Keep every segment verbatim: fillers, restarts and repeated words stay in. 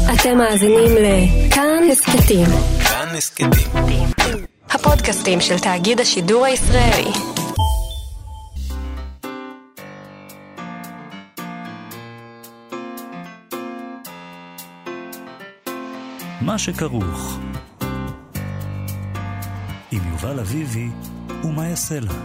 אתם מאזינים לכאן הסכתים. כאן הסכתים. הפודקאסטים של תאגיד השידור הישראלי. מה שכרוך. עם יובל אביבי ומה יעשה לה.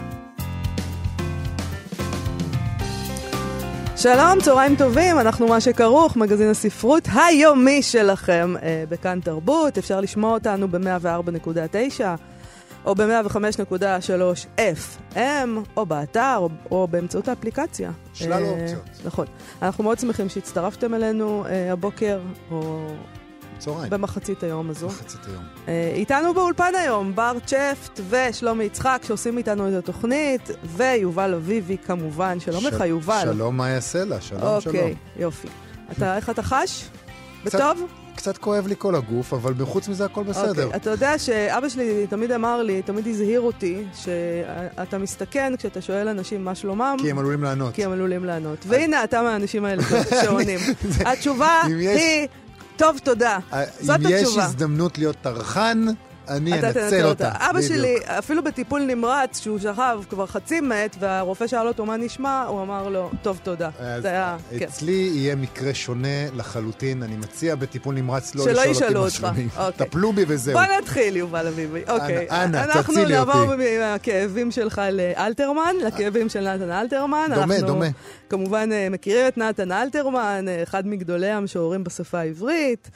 שלום, צהריים טובים, אנחנו מה שכרוך, מגזין הספרות היומי שלכם אה, בכאן תרבות. אפשר לשמוע אותנו ב-מאה וארבע נקודה תשע או ב-מאה וחמש נקודה שלוש אף אם, או באתר, או, או באמצעות האפליקציה. שלל אה, אופציות. נכון. אנחנו מאוד שמחים שהצטרפתם אלינו אה, הבוקר, או צהריים. במחצית היום הזו. מחצית היום. אה, איתנו באולפן היום, בר צ'פט ושלומי יצחק, שעושים איתנו את התוכנית, ויובל אביבי כמובן. שלום לך, יובל. שלום, מה יעשה לה? שלום, אוקיי, שלום. אוקיי, יופי. אתה, איך אתה חש? קצת, בטוב? קצת כואב לי כל הגוף, אבל בחוץ מזה הכל בסדר. אוקיי, אתה יודע שאבא שלי תמיד אמר לי, תמיד הזהיר אותי, שאתה מסתכן כשאתה שואל אנשים מה שלומם. כי הם עלולים לענות. כי הם עלולים לענות. והנה, אתה מהאנשים האלה שעונים. התשובה היא, טוב, תודה. זאת התשובה. אם יש הזדמנות להיות טרחן, אני אנצל אותה. אבא שלי, אפילו בטיפול נמרץ, שהוא שכב כבר חצי מת, והרופא שאל אותו מה נשמע, הוא אמר לו, טוב, תודה. אצלי יהיה מקרה שונה לחלוטין. אני מציע בטיפול נמרץ לא שלא לשאול ישאלו אותי אותך. משלמים. טפלו בי וזהו. בוא נתחיל, יובל אביבי. אוקיי. אנא, אנחנו תצילי נעבור אותי. מהכאבים שלך לאלתרמן, לכאבים של נתן אלתרמן. דומה, דומה. כמובן מכירים את נתן אלתרמן, אחד מגדולי המשוררים בשפה העברית.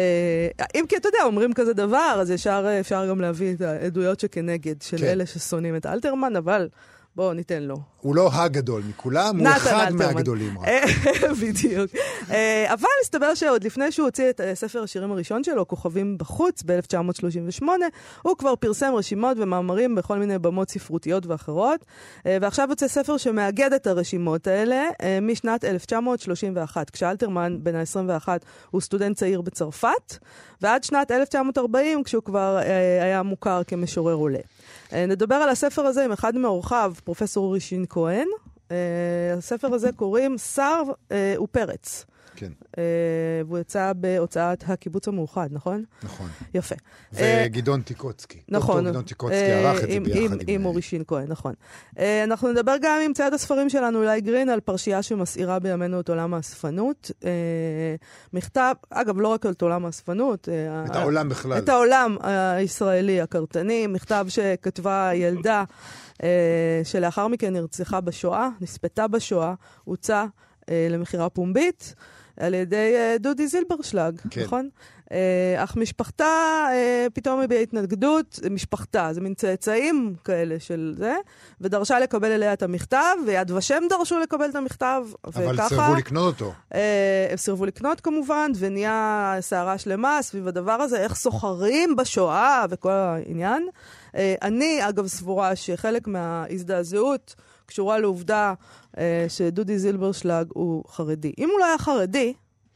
אם כי אתה יודע, אומרים כזה דבר, אז ישר אפשר גם להביא את העדויות שכנגד של אלה ששונאים את אלתרמן, אבל בואו ניתן לו. הוא לא הגדול מכולם, הוא אחד מהגדולים. בדיוק. אבל הסתבר שעוד לפני שהוא הוציא את ספר השירים הראשון שלו, כוכבים בחוץ, ב-אלף תשע מאות שלושים ושמונה, הוא כבר פרסם רשימות ומאמרים בכל מיני במות ספרותיות ואחרות, ועכשיו יוצא ספר שמאגד את הרשימות האלה משנת אלף תשע מאות שלושים ואחת, כשאלתרמן בן ה-עשרים ואחת הוא סטודנט צעיר בצרפת, ועד שנת אלף תשע מאות ארבעים, כשהוא כבר היה מוכר כמשורר עולה. נדבר על הספר הזה עם אחד מאורחיו, פרופסור אורי שין כהן. הספר הזה קוראים שר ופרץ. כן. והוא יצא בהוצאת הקיבוץ המאוחד, נכון? נכון. יפה. וגדעון טיקוצקי. נכון. גדעון טיקוצקי ערך את זה ביחד. עם אורי שין כהן, נכון. אנחנו נדבר גם עם צייד הספרים שלנו, אולי גרין, על פרשייה שמסעירה בימינו את עולם האספנות. מכתב, אגב, לא רק על עולם האספנות. את העולם בכלל. את העולם הישראלי הקרטני. מכתב שכתבה ילדה, שלאחר מכן נרצחה בשואה, נספתה בשואה, הוצא למחירה פומבית, על ידי דודי זילברשלג, כן. נכון? אך משפחתה פתאום הביעה התנגדות, משפחתה, זה מין צאצאים כאלה של זה, ודרשה לקבל אליה את המכתב, ויד ושם דרשו לקבל את המכתב, אבל וככה, סרבו לקנות אותו. הם סרבו לקנות כמובן, ונהיה שערה שלמה סביב הדבר הזה, איך סוחרים בשואה וכל העניין. אני אגב סבורה שחלק מההזדעזעות קשורה לעובדה שדודי זילברשלג הוא חרדי. אם הוא לא היה חרדי,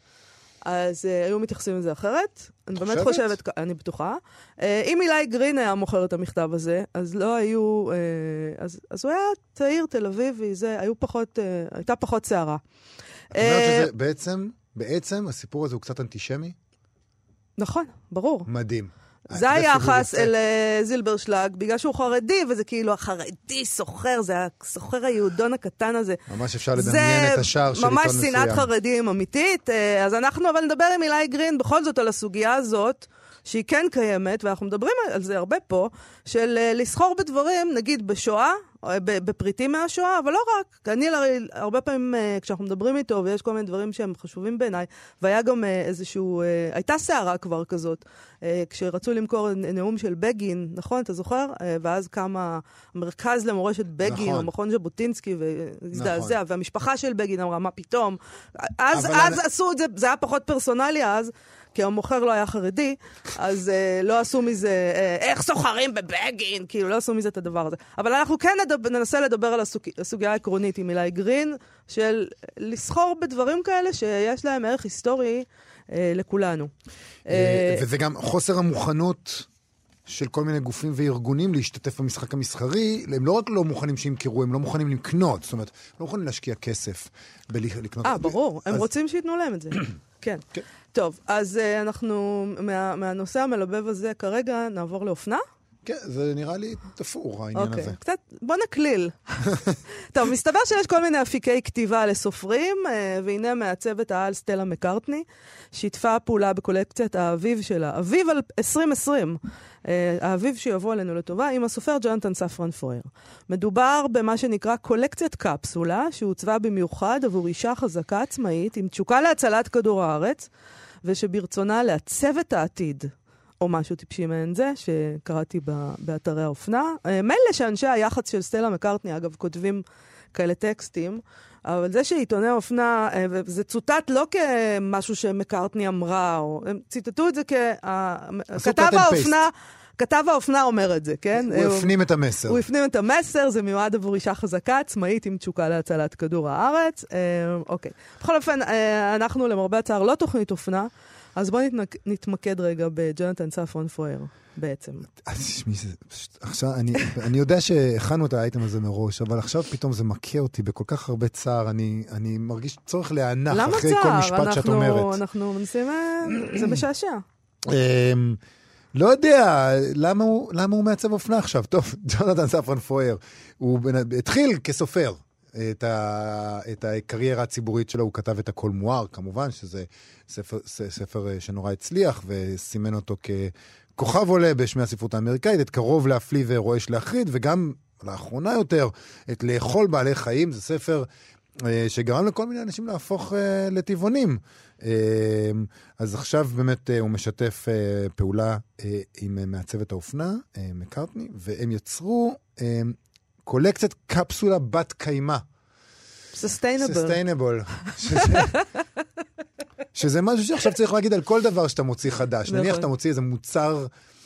אז uh, היו מתייחסים לזה אחרת. אני באמת חושבת, אני בטוחה. Uh, אם אילי גרין היה מוכר את המכתב הזה, אז לא היו, uh, אז, אז הוא היה צעיר תל אביבי, זה, היו פחות, uh, הייתה פחות שערה. את אומרת שזה בעצם, בעצם הסיפור הזה הוא קצת אנטישמי? נכון, ברור. מדהים. זה היחס אל זילברשלג, בגלל שהוא חרדי, וזה כאילו החרדי סוחר, זה הסוחר היהודון הקטן הזה. ממש אפשר לדמיין את השער של עיתון מסוים. זה ממש שנאת חרדים אמיתית. אז אנחנו אבל נדבר עם אילי גרין בכל זאת על הסוגיה הזאת, שהיא כן קיימת, ואנחנו מדברים על זה הרבה פה, של לסחור בדברים, נגיד בשואה, בפריטים מהשואה, אבל לא רק. אני הרבה פעמים, כשאנחנו מדברים איתו, ויש כל מיני דברים שהם חשובים בעיניי, והיה גם איזשהו, הייתה שערה כבר כזאת, כשרצו למכור נאום של בגין, נכון, אתה זוכר? ואז קמה המרכז למורשת בגין, נכון. או מכון ז'בוטינסקי, והזדעזע, נכון. והמשפחה של בגין אמרה, מה פתאום? אז, אז אני... עשו את זה, זה היה פחות פרסונלי אז, כי המוכר לא היה חרדי, אז uh, לא עשו מזה, uh, איך סוחרים בבגין, כאילו לא עשו מזה את הדבר הזה. אבל אנחנו כן נדבר, ננסה לדבר על הסוג, הסוגיה העקרונית עם אילי גרין, של לסחור בדברים כאלה שיש להם ערך היסטורי uh, לכולנו. Uh, וזה גם חוסר המוכנות של כל מיני גופים וארגונים להשתתף במשחק המסחרי, הם לא רק לא מוכנים שימכרו, הם לא מוכנים לקנות, זאת אומרת, לא מוכנים להשקיע כסף בלקנות. אה, ברור, הם רוצים שיתנו להם את זה. כן. כן. טוב, אז uh, אנחנו, מה, מהנושא המלבב הזה כרגע נעבור לאופנה? כן, זה נראה לי תפור, העניין אוקיי, הזה. קצת, בוא נקליל. טוב, מסתבר שיש כל מיני אפיקי כתיבה לסופרים, והנה מעצבת העל סטלה מקארטני, שיתפה פעולה בקולקציית האביב שלה, אביב על עשרים עשרים, האביב שיבוא עלינו לטובה, עם הסופר ג'ונתן ספרן פויר. מדובר במה שנקרא קולקציית קפסולה, שהוצבה במיוחד עבור אישה חזקה עצמאית, עם תשוקה להצלת כדור הארץ, ושברצונה לעצב את העתיד. או משהו טיפשי מעין זה, שקראתי באתרי האופנה. מילא שאנשי היח"צ של סטלה מקארטני, אגב, כותבים כאלה טקסטים, אבל זה שעיתוני האופנה, זה צוטט לא כמשהו שמקארטני אמרה, או הם ציטטו את זה ככתב האופנה, כתב האופנה אומר את זה, כן? הוא הפנים את המסר. הוא הפנים את המסר, זה מיועד עבור אישה חזקה, עצמאית עם תשוקה להצלת כדור הארץ. אוקיי. בכל אופן, אנחנו למרבה הצער לא תוכנית אופנה, אז בואו נתנק... נתמקד רגע בג'ונתן ספרן פויר, בעצם. אז תשמעי, עכשיו, אני, אני יודע שהכנו את האייטם הזה מראש, אבל עכשיו פתאום זה מכה אותי בכל כך הרבה צער, אני, אני מרגיש צורך להנח אחרי כל משפט אנחנו, שאת אומרת. אנחנו מנסים, זה משעשע. לא יודע, למה הוא, למה הוא מעצב אופנה עכשיו? טוב, ג'ונתן ספרן פויר, הוא התחיל כסופר. את, ה, את הקריירה הציבורית שלו, הוא כתב את הכל מואר, כמובן, שזה ספר, ספר שנורא הצליח, וסימן אותו ככוכב עולה בשמי הספרות האמריקאית, את קרוב להפליא ורועש להחריד, וגם לאחרונה יותר, את לאכול בעלי חיים, זה ספר אה, שגרם לכל מיני אנשים להפוך אה, לטבעונים. אה, אז עכשיו באמת אה, הוא משתף אה, פעולה אה, עם אה, מעצבת האופנה, אה, מקארטני, והם יצרו... אה, קולקציית קפסולה בת קיימה. Sustainable. Sustainable. שזה, שזה משהו שעכשיו צריך להגיד על כל דבר שאתה מוציא חדש. נניח אתה מוציא איזה מוצר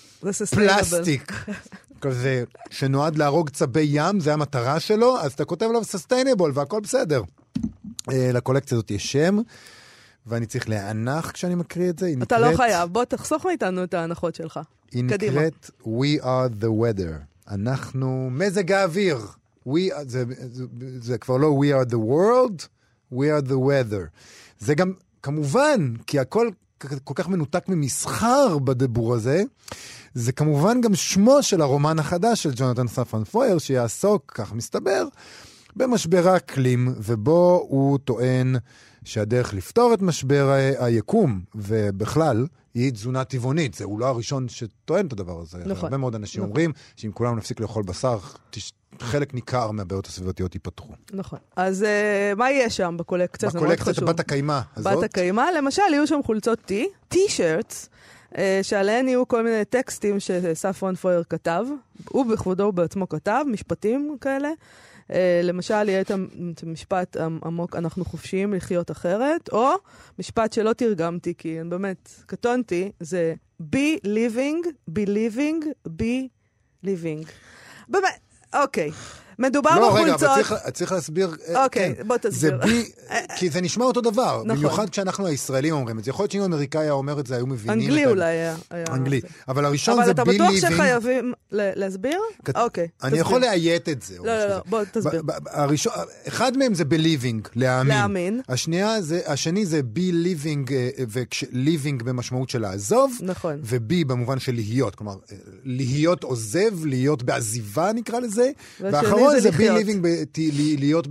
פלסטיק, כזה, שנועד להרוג צבי ים, זה המטרה שלו, אז אתה כותב עליו Sustainable, והכל בסדר. לקולקציה הזאת יש שם, ואני צריך להנח כשאני מקריא את זה. אתה לא חייב, בוא תחסוך מאיתנו את ההנחות שלך. היא נקראת We are the weather. אנחנו מזג האוויר. We are, זה, זה, זה כבר לא We are the world, We are the weather. זה גם, כמובן, כי הכל כל כך מנותק ממסחר בדיבור הזה, זה כמובן גם שמו של הרומן החדש של ג'ונתן ספרן פויר, שיעסוק, כך מסתבר, במשבר האקלים, ובו הוא טוען שהדרך לפתור את משבר היקום, ובכלל, היא תזונה טבעונית. זה הוא לא הראשון שטוען את הדבר הזה. נכון. הרבה מאוד אנשים נכון. אומרים שאם כולנו נפסיק לאכול בשר, תש... חלק ניכר מהבעיות הסביבתיות ייפתחו. נכון. אז uh, מה יהיה שם בקולקציה? בקולקציית בת הקיימה הזאת? בת הקיימה, למשל, יהיו שם חולצות טי, טי-שירטס, uh, שעליהן יהיו כל מיני טקסטים שספרן פויר כתב, הוא בכבודו בעצמו כתב, משפטים כאלה. Uh, למשל, יהיה את המשפט עמוק, אנחנו חופשיים לחיות אחרת, או משפט שלא תרגמתי, כי אני באמת קטונתי, זה be living, be living, be living. באמת, אוקיי. מדובר לא, בחולצות... לא, רגע, אבל צריך, צריך להסביר... אוקיי, כן. בוא תסביר. זה בי... כי זה נשמע אותו דבר. נכון. במיוחד כשאנחנו הישראלים אומרים את זה. יכול להיות שאם אמריקאי היה אומר את זה, היו מבינים... אנגלי את אולי היה. אנגלי. אבל הראשון זה בי ליבינג... אבל אתה ליבינג... בטוח שחייבים להסביר? כת... אוקיי, אני תסביר. יכול להיית את זה. לא, לא, לא, בוא תסביר. ב- ב- הראשון... אחד מהם זה בליבינג, להאמין. להאמין. השנייה זה... השני זה בי ליבינג, וליבינג במשמעות של לעזוב. נכון. ובי במובן של להיות. כלומר, להיות עוזב, להיות בעזיבה נקרא לזה. והאחרון זה בי ליבינג להיות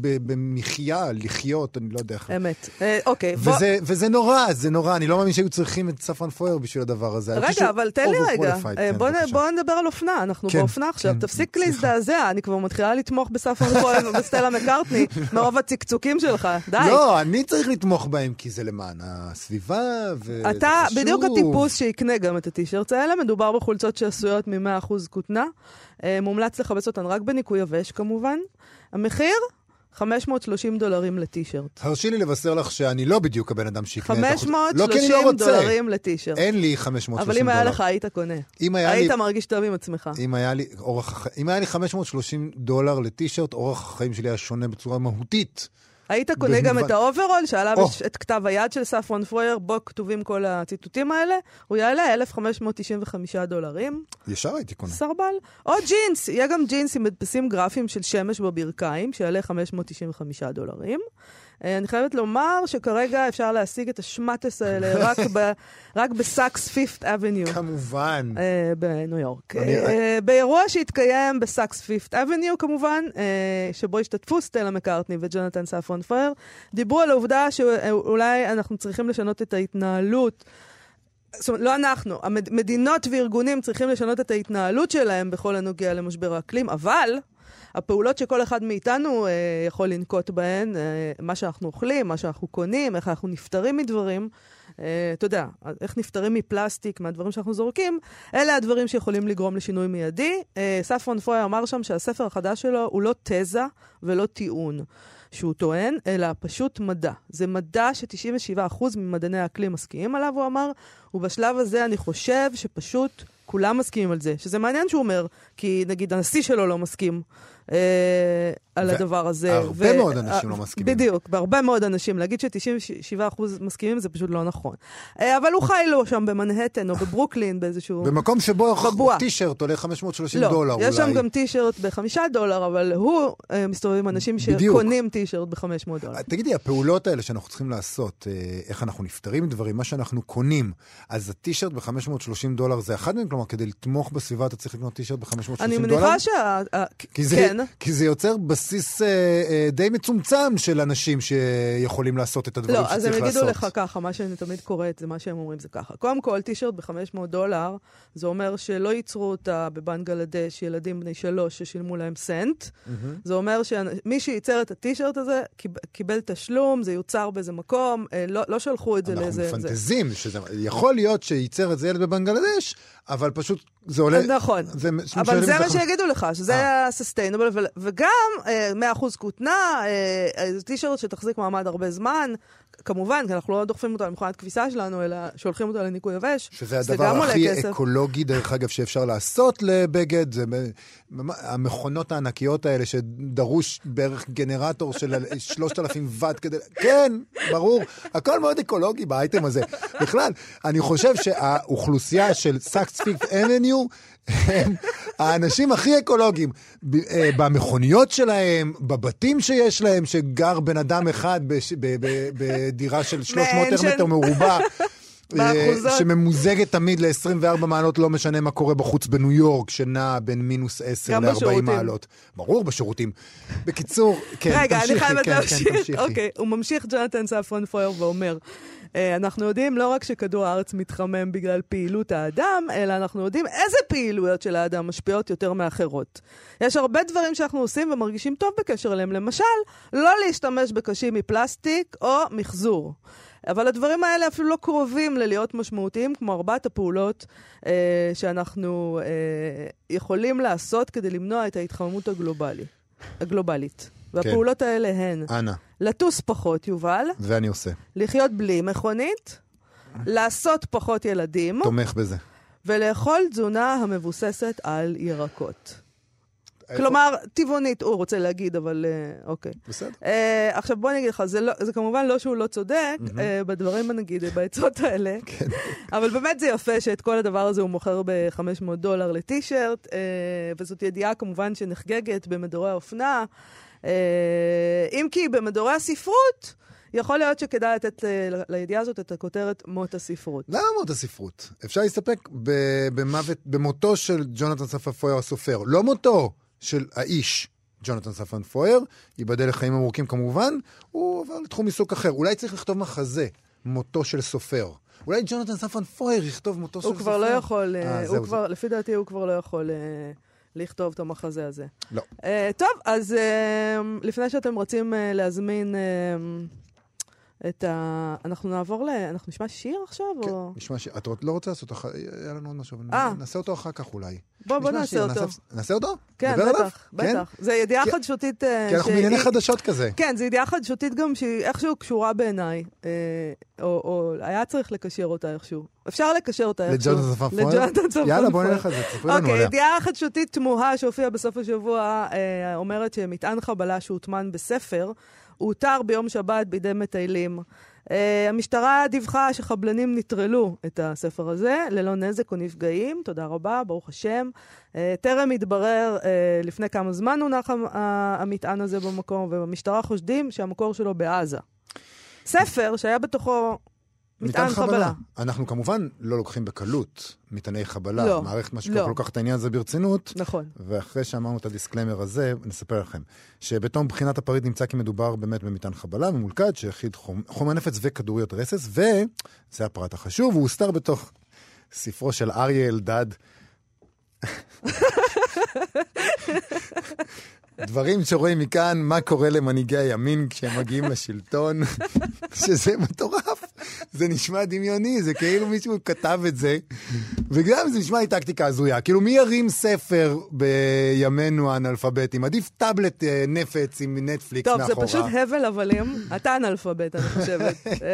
במחיה, לחיות, אני לא יודע איך. אמת. אוקיי. וזה נורא, זה נורא. אני לא מאמין שהיו צריכים את ספרן פויר בשביל הדבר הזה. רגע, אבל תן לי רגע. בוא נדבר על אופנה. אנחנו באופנה עכשיו. תפסיק להזדעזע. אני כבר מתחילה לתמוך בספרן פויר ובסטלה מקארטני, מרוב הצקצוקים שלך. די. לא, אני צריך לתמוך בהם, כי זה למען הסביבה, וזה חשוב. אתה בדיוק הטיפוס שיקנה גם את הטישרטס האלה. מדובר בחולצות שעשויות מ-מאה אחוז כותנה. מומלץ לחפש אותן רק בניקוי יבש, כמובן. המחיר? חמש מאות ושלושים דולרים לטישרט. הרשי לי לבשר לך שאני לא בדיוק הבן אדם שיקנה את החולצה. חמש מאות ושלושים דולרים לטישרט. אין לי חמש מאות ושלושים דולר. אבל אם היה דולר. לך, היית קונה. היית לי... מרגיש טוב עם עצמך. אם היה לי, אורח... אם היה לי חמש מאות ושלושים דולר לטישרט, אורח החיים שלי היה שונה בצורה מהותית. היית קונה גם את האוברול, שעליו יש את כתב היד של ספרן פויר, בו כתובים כל הציטוטים האלה, הוא יעלה אלף חמש מאות תשעים וחמישה דולרים. ישר הייתי קונה. סרבל. או ג'ינס, יהיה גם ג'ינס עם מדפסים גרפיים של שמש בברכיים, שיעלה חמש מאות תשעים וחמישה דולרים. אני חייבת לומר שכרגע אפשר להשיג את השמטס האלה רק, ב, רק בסאקס פיפט אבניו. כמובן. בניו יורק. אני... באירוע שהתקיים בסאקס פיפט אבניו, כמובן, שבו השתתפו סטלה מקארטני וג'ונתן ספרון פויר, דיברו על העובדה שאולי אנחנו צריכים לשנות את ההתנהלות, זאת אומרת, לא אנחנו, המדינות וארגונים צריכים לשנות את ההתנהלות שלהם בכל הנוגע למשבר האקלים, אבל הפעולות שכל אחד מאיתנו אה, יכול לנקוט בהן, אה, מה שאנחנו אוכלים, מה שאנחנו קונים, איך אנחנו נפטרים מדברים, אה, אתה יודע, איך נפטרים מפלסטיק, מהדברים שאנחנו זורקים, אלה הדברים שיכולים לגרום לשינוי מיידי. אה, ספרון פויר אמר שם שהספר החדש שלו הוא לא תזה ולא טיעון שהוא טוען, אלא פשוט מדע. זה מדע ש-תשעים ושבעה אחוז ממדעני האקלים מסכימים עליו, הוא אמר, ובשלב הזה אני חושב שפשוט כולם מסכימים על זה. שזה מעניין שהוא אומר, כי נגיד הנשיא שלו לא מסכים אה, על הדבר הזה. הרבה מאוד אנשים לא מסכימים. בדיוק, בהרבה מאוד אנשים. להגיד ש-תשעים ושבעה אחוז מסכימים זה פשוט לא נכון. אה, אבל הוא חי לו שם במנהטן או בברוקלין באיזשהו... במקום שבו טישרט עולה חמש מאות ושלושים דולר אולי. יש שם גם טישרט בחמישה דולר, אבל הוא אה, מסתובב עם אנשים שקונים טישרט בחמש מאות דולר. תגידי, הפעולות האלה שאנחנו צריכים לעשות, אה, איך אנחנו נפטרים דברים, מה שאנחנו קונים, אז הטישרט ב-חמש מאות ושלושים דולר זה אחד מהם, כלומר, כדי לתמוך בסביבה אתה צריך לקנות טישרט ב-חמש מאות ושלושים דולר? אני מניחה שה... כי זה, כן. כי זה יוצר בסיס אה, אה, די מצומצם של אנשים שיכולים לעשות את הדברים לא, שצריך לעשות. לא, אז הם יגידו לך ככה, מה שאני תמיד קוראת, זה מה שהם אומרים, זה ככה. קודם כל, טישרט ב-חמש מאות דולר, זה אומר שלא ייצרו אותה בבנגלדש ילדים בני שלוש ששילמו להם סנט. Mm-hmm. זה אומר שמי שייצר את הטישרט הזה, קיבל תשלום, זה יוצר באיזה מקום, לא, לא שלחו את זה לאיזה... אנחנו מפנטזים, שזה יכול להיות שייצר את זה ילד בבנגלדש, אבל פשוט זה עולה... נכון, זה, אבל זה מה שיגידו לך, שזה ה-sustainable, וגם מאה אחוז כותנה, טישרט שתחזיק מעמד הרבה זמן, כמובן, כי אנחנו לא דוחפים אותה למכונת כביסה שלנו, אלא שולחים אותה לניקוי יבש. שזה הדבר הכי אקולוגי, דרך אגב, שאפשר לעשות לבגד, זה המכונות הענקיות האלה, שדרוש בערך גנרטור של שלושת אלפים וואט כדי... כן, ברור, הכל מאוד אקולוגי באייטם הזה. בכלל, אני חושב שהאוכלוסייה של סאקס פיפט אבניו, הם האנשים הכי אקולוגיים במכוניות שלהם, בבתים שיש להם, שגר בן אדם אחד בדירה של שלוש מאות מטר מרובע, שממוזגת תמיד ל-עשרים וארבע מעלות, לא משנה מה קורה בחוץ בניו יורק, שנע בין מינוס עשר ל-ארבעים מעלות. ברור, בשירותים. בקיצור, כן, רגע, תמשיכי, אני חייבת כן, להמשיך. כן, תמשיכי. אוקיי, הוא ממשיך ג'ונתן ספרון פויר ואומר, אנחנו יודעים לא רק שכדור הארץ מתחמם בגלל פעילות האדם, אלא אנחנו יודעים איזה פעילויות של האדם משפיעות יותר מאחרות. יש הרבה דברים שאנחנו עושים ומרגישים טוב בקשר אליהם. למשל, לא להשתמש בקשים מפלסטיק או מחזור. אבל הדברים האלה אפילו לא קרובים ללהיות משמעותיים, כמו ארבעת הפעולות אה, שאנחנו אה, יכולים לעשות כדי למנוע את ההתחממות הגלובלי, הגלובלית. והפעולות האלה הן אנה. לטוס פחות, יובל. ואני עושה. לחיות בלי מכונית. לעשות פחות ילדים. תומך בזה. ולאכול תזונה המבוססת על ירקות. כלומר, טבעונית, הוא רוצה להגיד, אבל אוקיי. בסדר. עכשיו בוא אני אגיד לך, זה כמובן לא שהוא לא צודק, בדברים נגיד, בעצות האלה, אבל באמת זה יפה שאת כל הדבר הזה הוא מוכר ב-חמש מאות דולר לטישרט, וזאת ידיעה כמובן שנחגגת במדורי האופנה, אם כי במדורי הספרות, יכול להיות שכדאי לתת לידיעה הזאת את הכותרת מות הספרות. למה מות הספרות? אפשר להסתפק במוות, במותו של ג'ונתן ספרון פויר הסופר. לא מותו של האיש, ג'ונתן ספרון פויר, ייבדל לחיים ארוכים כמובן, הוא עבר לתחום עיסוק אחר. אולי צריך לכתוב מחזה, מותו של סופר. אולי ג'ונתן ספרון פויר יכתוב מותו של סופר. הוא כבר לא יכול, הוא כבר, לפי דעתי הוא כבר לא יכול לכתוב את המחזה הזה. לא. טוב, אז לפני שאתם רוצים להזמין... את ה... אנחנו נעבור ל... אנחנו נשמע שיר עכשיו? כן, או... נשמע שיר. את לא רוצה לעשות אותו? היה לנו עוד משהו. נעשה אותו אחר כך אולי. בוא, בוא נעשה אותו. נעשה אותו? כן, בטח, בטח. זה ידיעה חדשותית... כי אנחנו בענייני חדשות כזה. כן, זה ידיעה חדשותית גם שהיא איכשהו קשורה בעיניי. או היה צריך לקשר אותה איכשהו. אפשר לקשר אותה איכשהו. לג'ונתן ספרון פויר? לג'ונתן ספרון פויר. יאללה, בוא נלך על זה. תספרי לנו עליה. אוקיי, ידיעה חדשותית תמוהה שהופיעה בסוף השבוע אומרת שמטען חבלה שהוטמן בספר, הוא הותר ביום שבת בידי מטיילים. Uh, המשטרה דיווחה שחבלנים נטרלו את הספר הזה, ללא נזק או נפגעים, תודה רבה, ברוך השם. Uh, טרם התברר, uh, לפני כמה זמן הונח המטען הזה במקום, ובמשטרה חושדים שהמקור שלו בעזה. ספר שהיה בתוכו מטען חבלה. חבלה. אנחנו כמובן לא לוקחים בקלות מטעני חבלה. לא. מערכת מה שקורה לא. לוקח את העניין הזה ברצינות. נכון. ואחרי שאמרנו את הדיסקלמר הזה, נספר לכם, שבתום בחינת הפריט נמצא כי מדובר באמת במטען חבלה, ממולכד, שהכיל חומ... חומר נפץ וכדוריות רסס, וזה הפרט החשוב, הוא הוסתר בתוך ספרו של אריה אלדד. דברים שרואים מכאן, מה קורה למנהיגי הימין כשהם מגיעים לשלטון, שזה מטורף, זה נשמע דמיוני, זה כאילו מישהו כתב את זה, וגם זה נשמע לי טקטיקה הזויה, כאילו מי ירים ספר בימינו האנאלפביתים, עדיף טאבלט נפץ עם נטפליקס מאחורה. טוב, זה פשוט הבל הבלים, אתה אנאלפבית, אני חושבת.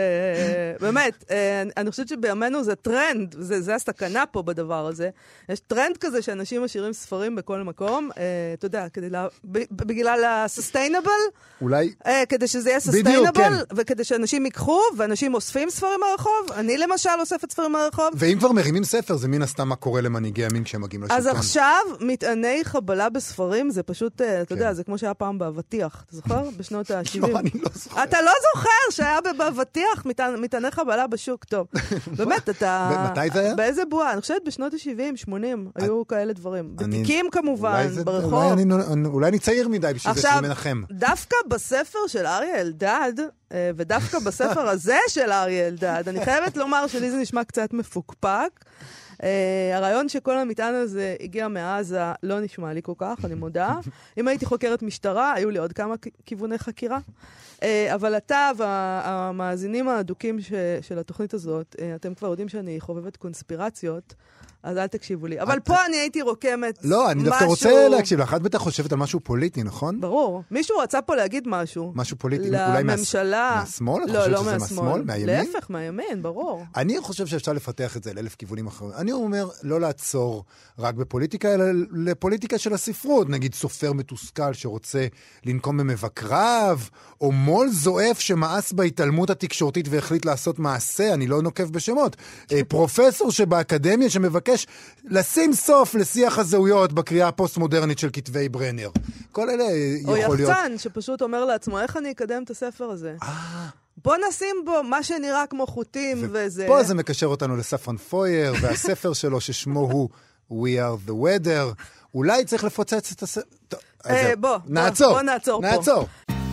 באמת, אני חושבת שבימינו זה טרנד, זה הסכנה פה בדבר הזה, יש טרנד כזה שאנשים משאירים ספרים בכל מקום, אתה יודע, כדי לה... בגלל ה-sustainable, אולי... כדי שזה יהיה sustainable, וכדי שאנשים ייקחו, ואנשים אוספים ספרים מהרחוב. אני למשל אוספת ספרים מהרחוב. ואם כבר מרימים ספר, זה מן הסתם מה קורה למנהיגי ימין כשהם מגיעים לשלטון. אז עכשיו, מטעני חבלה בספרים, זה פשוט, אתה יודע, זה כמו שהיה פעם באבטיח. אתה זוכר? בשנות ה-שבעים. לא, אני לא זוכר. אתה לא זוכר שהיה באבטיח מטעני חבלה בשוק. טוב. באמת, אתה... מתי זה היה? באיזה בועה? אני חושבת בשנות ה-שבעים, שמונים, היו כאלה דברים. בתיקים כמובן, ברחוב. אולי אני צעיר מדי בשביל זה שזה מנחם. דווקא בספר של אריה אלדד, ודווקא בספר הזה של אריה אלדד, אני חייבת לומר שלי זה נשמע קצת מפוקפק. הרעיון שכל המטען הזה הגיע מעזה לא נשמע לי כל כך, אני מודה. אם הייתי חוקרת משטרה, היו לי עוד כמה כיווני חקירה. אבל אתה והמאזינים האדוקים של התוכנית הזאת, אתם כבר יודעים שאני חובבת קונספירציות, אז אל תקשיבו לי. אבל פה אני הייתי רוקמת משהו... לא, אני דווקא רוצה להקשיב לך. את בטח חושבת על משהו פוליטי, נכון? ברור. מישהו רצה פה להגיד משהו. משהו פוליטי, אולי לממשלה. מהשמאל? את לא, חושבת לא שזה מהשמאל? מהימין? להפך, מהימין, ברור. אני חושב שאפשר לפתח את זה לאלף כיוונים אחרים. אני אומר לא לעצור רק בפוליטיקה, אלא לפוליטיקה של הספרות. נגיד סופר מתוסכל שרוצה לנקום במבקריו, או מול זועף שמאס בהתעלמות התקשורתית והחליט לעשות מעשה, אני לא נוקב בשמות. פרופסור שבאקדמיה שמבקש לשים סוף לשיח הזהויות בקריאה הפוסט-מודרנית של כתבי ברנר. כל אלה יכול להיות... או יחצן שפשוט אומר לעצמו, איך אני אקדם את הספר הזה? בוא נשים בו מה שנראה כמו חוטים וזה... פה זה מקשר אותנו לספרן פויר, והספר שלו ששמו הוא We are the weather. אולי צריך לפוצץ את הספר... בוא, נעצור. בוא נעצור פה. נעצור.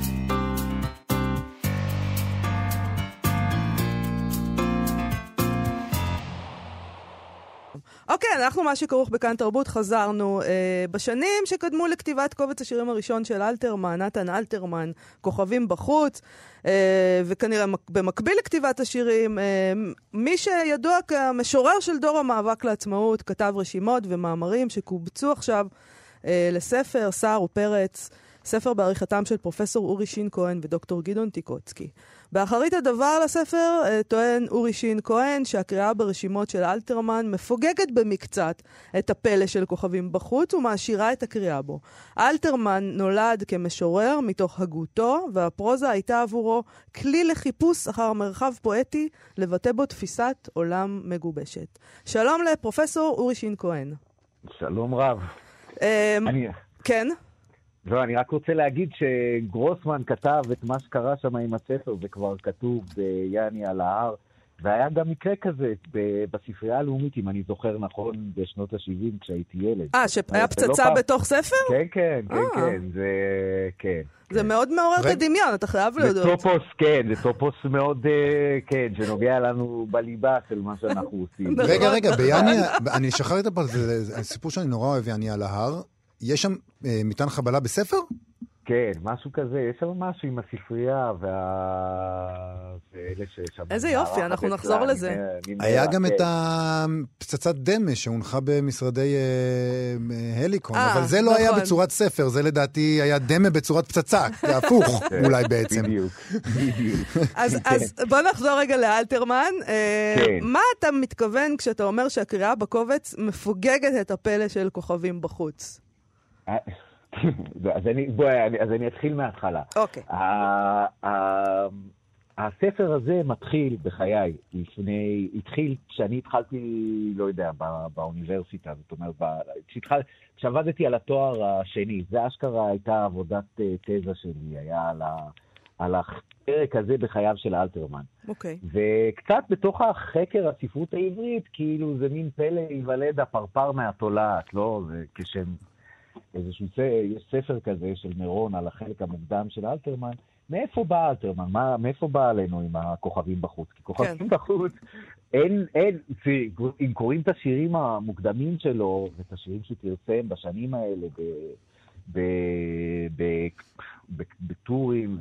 אוקיי, אנחנו מה שכרוך בכאן תרבות חזרנו אה, בשנים שקדמו לכתיבת קובץ השירים הראשון של אלתרמן, נתן אלתרמן, כוכבים בחוץ, אה, וכנראה במקביל לכתיבת השירים, אה, מי שידוע כמשורר של דור המאבק לעצמאות, כתב רשימות ומאמרים שקובצו עכשיו אה, לספר, שר ופרץ, ספר בעריכתם של פרופסור אורי שין כהן ודוקטור גדעון טיקוצקי. באחרית הדבר לספר טוען אורי שין כהן שהקריאה ברשימות של אלתרמן מפוגגת במקצת את הפלא של כוכבים בחוץ ומעשירה את הקריאה בו. אלתרמן נולד כמשורר מתוך הגותו, והפרוזה הייתה עבורו כלי לחיפוש אחר מרחב פואטי לבטא בו תפיסת עולם מגובשת. שלום לפרופסור אורי שין כהן. שלום רב. אני... כן? לא, אני רק רוצה להגיד שגרוסמן כתב את מה שקרה שם עם הספר, זה כבר כתוב ביאני על ההר, והיה גם מקרה כזה בספרייה הלאומית, אם אני זוכר נכון, בשנות ה-שבעים כשהייתי ילד. אה, שהיה פצצה בתוך ספר? כן, כן, כן, כן, זה... כן. זה מאוד מעורר את הדמיון, אתה חייב להודות. זה טופוס, כן, זה טופוס מאוד, כן, שנוגע לנו בליבה של מה שאנחנו עושים. רגע, רגע, ביאני, אני שחרר את הפעם, זה סיפור שאני נורא אוהב, יאני על ההר. יש שם אה, מטען חבלה בספר? כן, משהו כזה. יש שם משהו עם הספרייה וה... ואלה ששם... איזה יופי, אנחנו נחזור אני, לזה. אני, אני היה מראה, גם כן. את הפצצת דמש שהונחה במשרדי אה, הליקון, 아, אבל זה לא נכון. היה בצורת ספר, זה לדעתי היה דמה בצורת פצצה, זה הפוך אולי בעצם. בדיוק, בדיוק. אז, אז בוא נחזור רגע לאלתרמן. כן. מה אתה מתכוון כשאתה אומר שהקריאה בקובץ מפוגגת את הפלא של כוכבים בחוץ? אז אני, בואי, אז אני אתחיל מההתחלה. אוקיי. הספר הזה מתחיל בחיי, לפני, התחיל כשאני התחלתי, לא יודע, באוניברסיטה, זאת אומרת, כשעבדתי על התואר השני, זה אשכרה הייתה עבודת תזה שלי, היה על ה... על הפרק הזה בחייו של אלתרמן. אוקיי. Okay. וקצת בתוך החקר הספרות העברית, כאילו זה מין פלא ייוולד הפרפר מהתולעת, לא? זה כשם איזשהו, יש ספר כזה של מירון על החלק המוקדם של אלתרמן, מאיפה בא אלתרמן? מה, מאיפה בא עלינו עם הכוכבים בחוץ? כי כוכבים כן. בחוץ, אין, אין, אם קוראים את השירים המוקדמים שלו, ואת השירים שפרסם בשנים האלה, ב... ב... ב... בטורים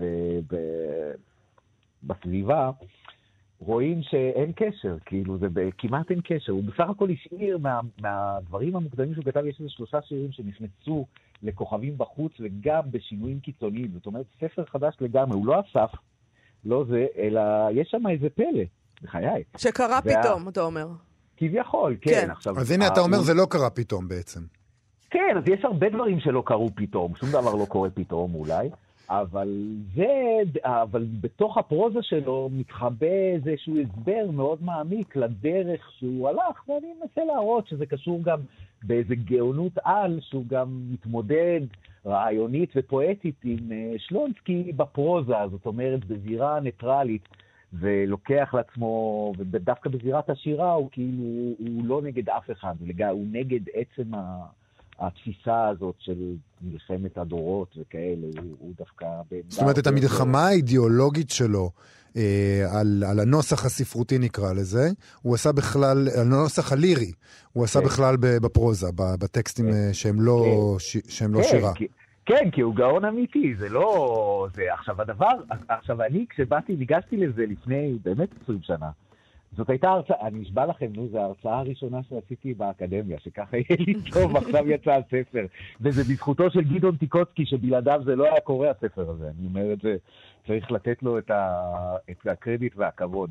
ובסביבה, רואים שאין קשר, כאילו זה כמעט אין קשר. הוא בסך הכל השאיר מה, מהדברים המוקדמים שהוא כתב, יש איזה שלושה שירים שנכנסו לכוכבים בחוץ וגם בשינויים קיצוניים. זאת אומרת, ספר חדש לגמרי, הוא לא אסף, לא זה, אלא יש שם איזה פלא, בחיי. שקרה וה... פתאום, אתה אומר. כביכול, כן. כן. עכשיו, אז הנה, אתה אומר, הוא... זה לא קרה פתאום בעצם. כן, אז יש הרבה דברים שלא קרו פתאום, שום דבר לא קורה פתאום אולי, אבל זה, אבל בתוך הפרוזה שלו מתחבא איזשהו הסבר מאוד מעמיק לדרך שהוא הלך, ואני מנסה להראות שזה קשור גם באיזה גאונות על, שהוא גם מתמודד רעיונית ופואטית עם שלונסקי בפרוזה, זאת אומרת בזירה ניטרלית, ולוקח לעצמו, ודווקא בזירת השירה הוא כאילו, הוא לא נגד אף אחד, הוא נגד עצם ה... התפיסה הזאת של מלחמת הדורות וכאלה, הוא, הוא דווקא... זאת אומרת, את המלחמה האידיאולוגית שלו, אה, על, על הנוסח הספרותי נקרא לזה, הוא עשה בכלל, על הנוסח הלירי, הוא עשה כן. בכלל בפרוזה, בטקסטים כן. שהם לא, כן. ש, שהם לא כן, שירה. כי, כן, כי הוא גאון אמיתי, זה לא... זה, עכשיו הדבר, עכשיו אני כשבאתי, ניגשתי לזה לפני באמת עשרים שנה, זאת הייתה הרצאה, אני אשבע לכם, נו, זו ההרצאה הראשונה שעשיתי באקדמיה, שככה יהיה לי טוב, עכשיו יצא הספר. וזה בזכותו של גדעון טיקוצקי, שבלעדיו זה לא היה קורה הספר הזה. אני אומר את זה, צריך לתת לו את, ה, את הקרדיט והכבוד.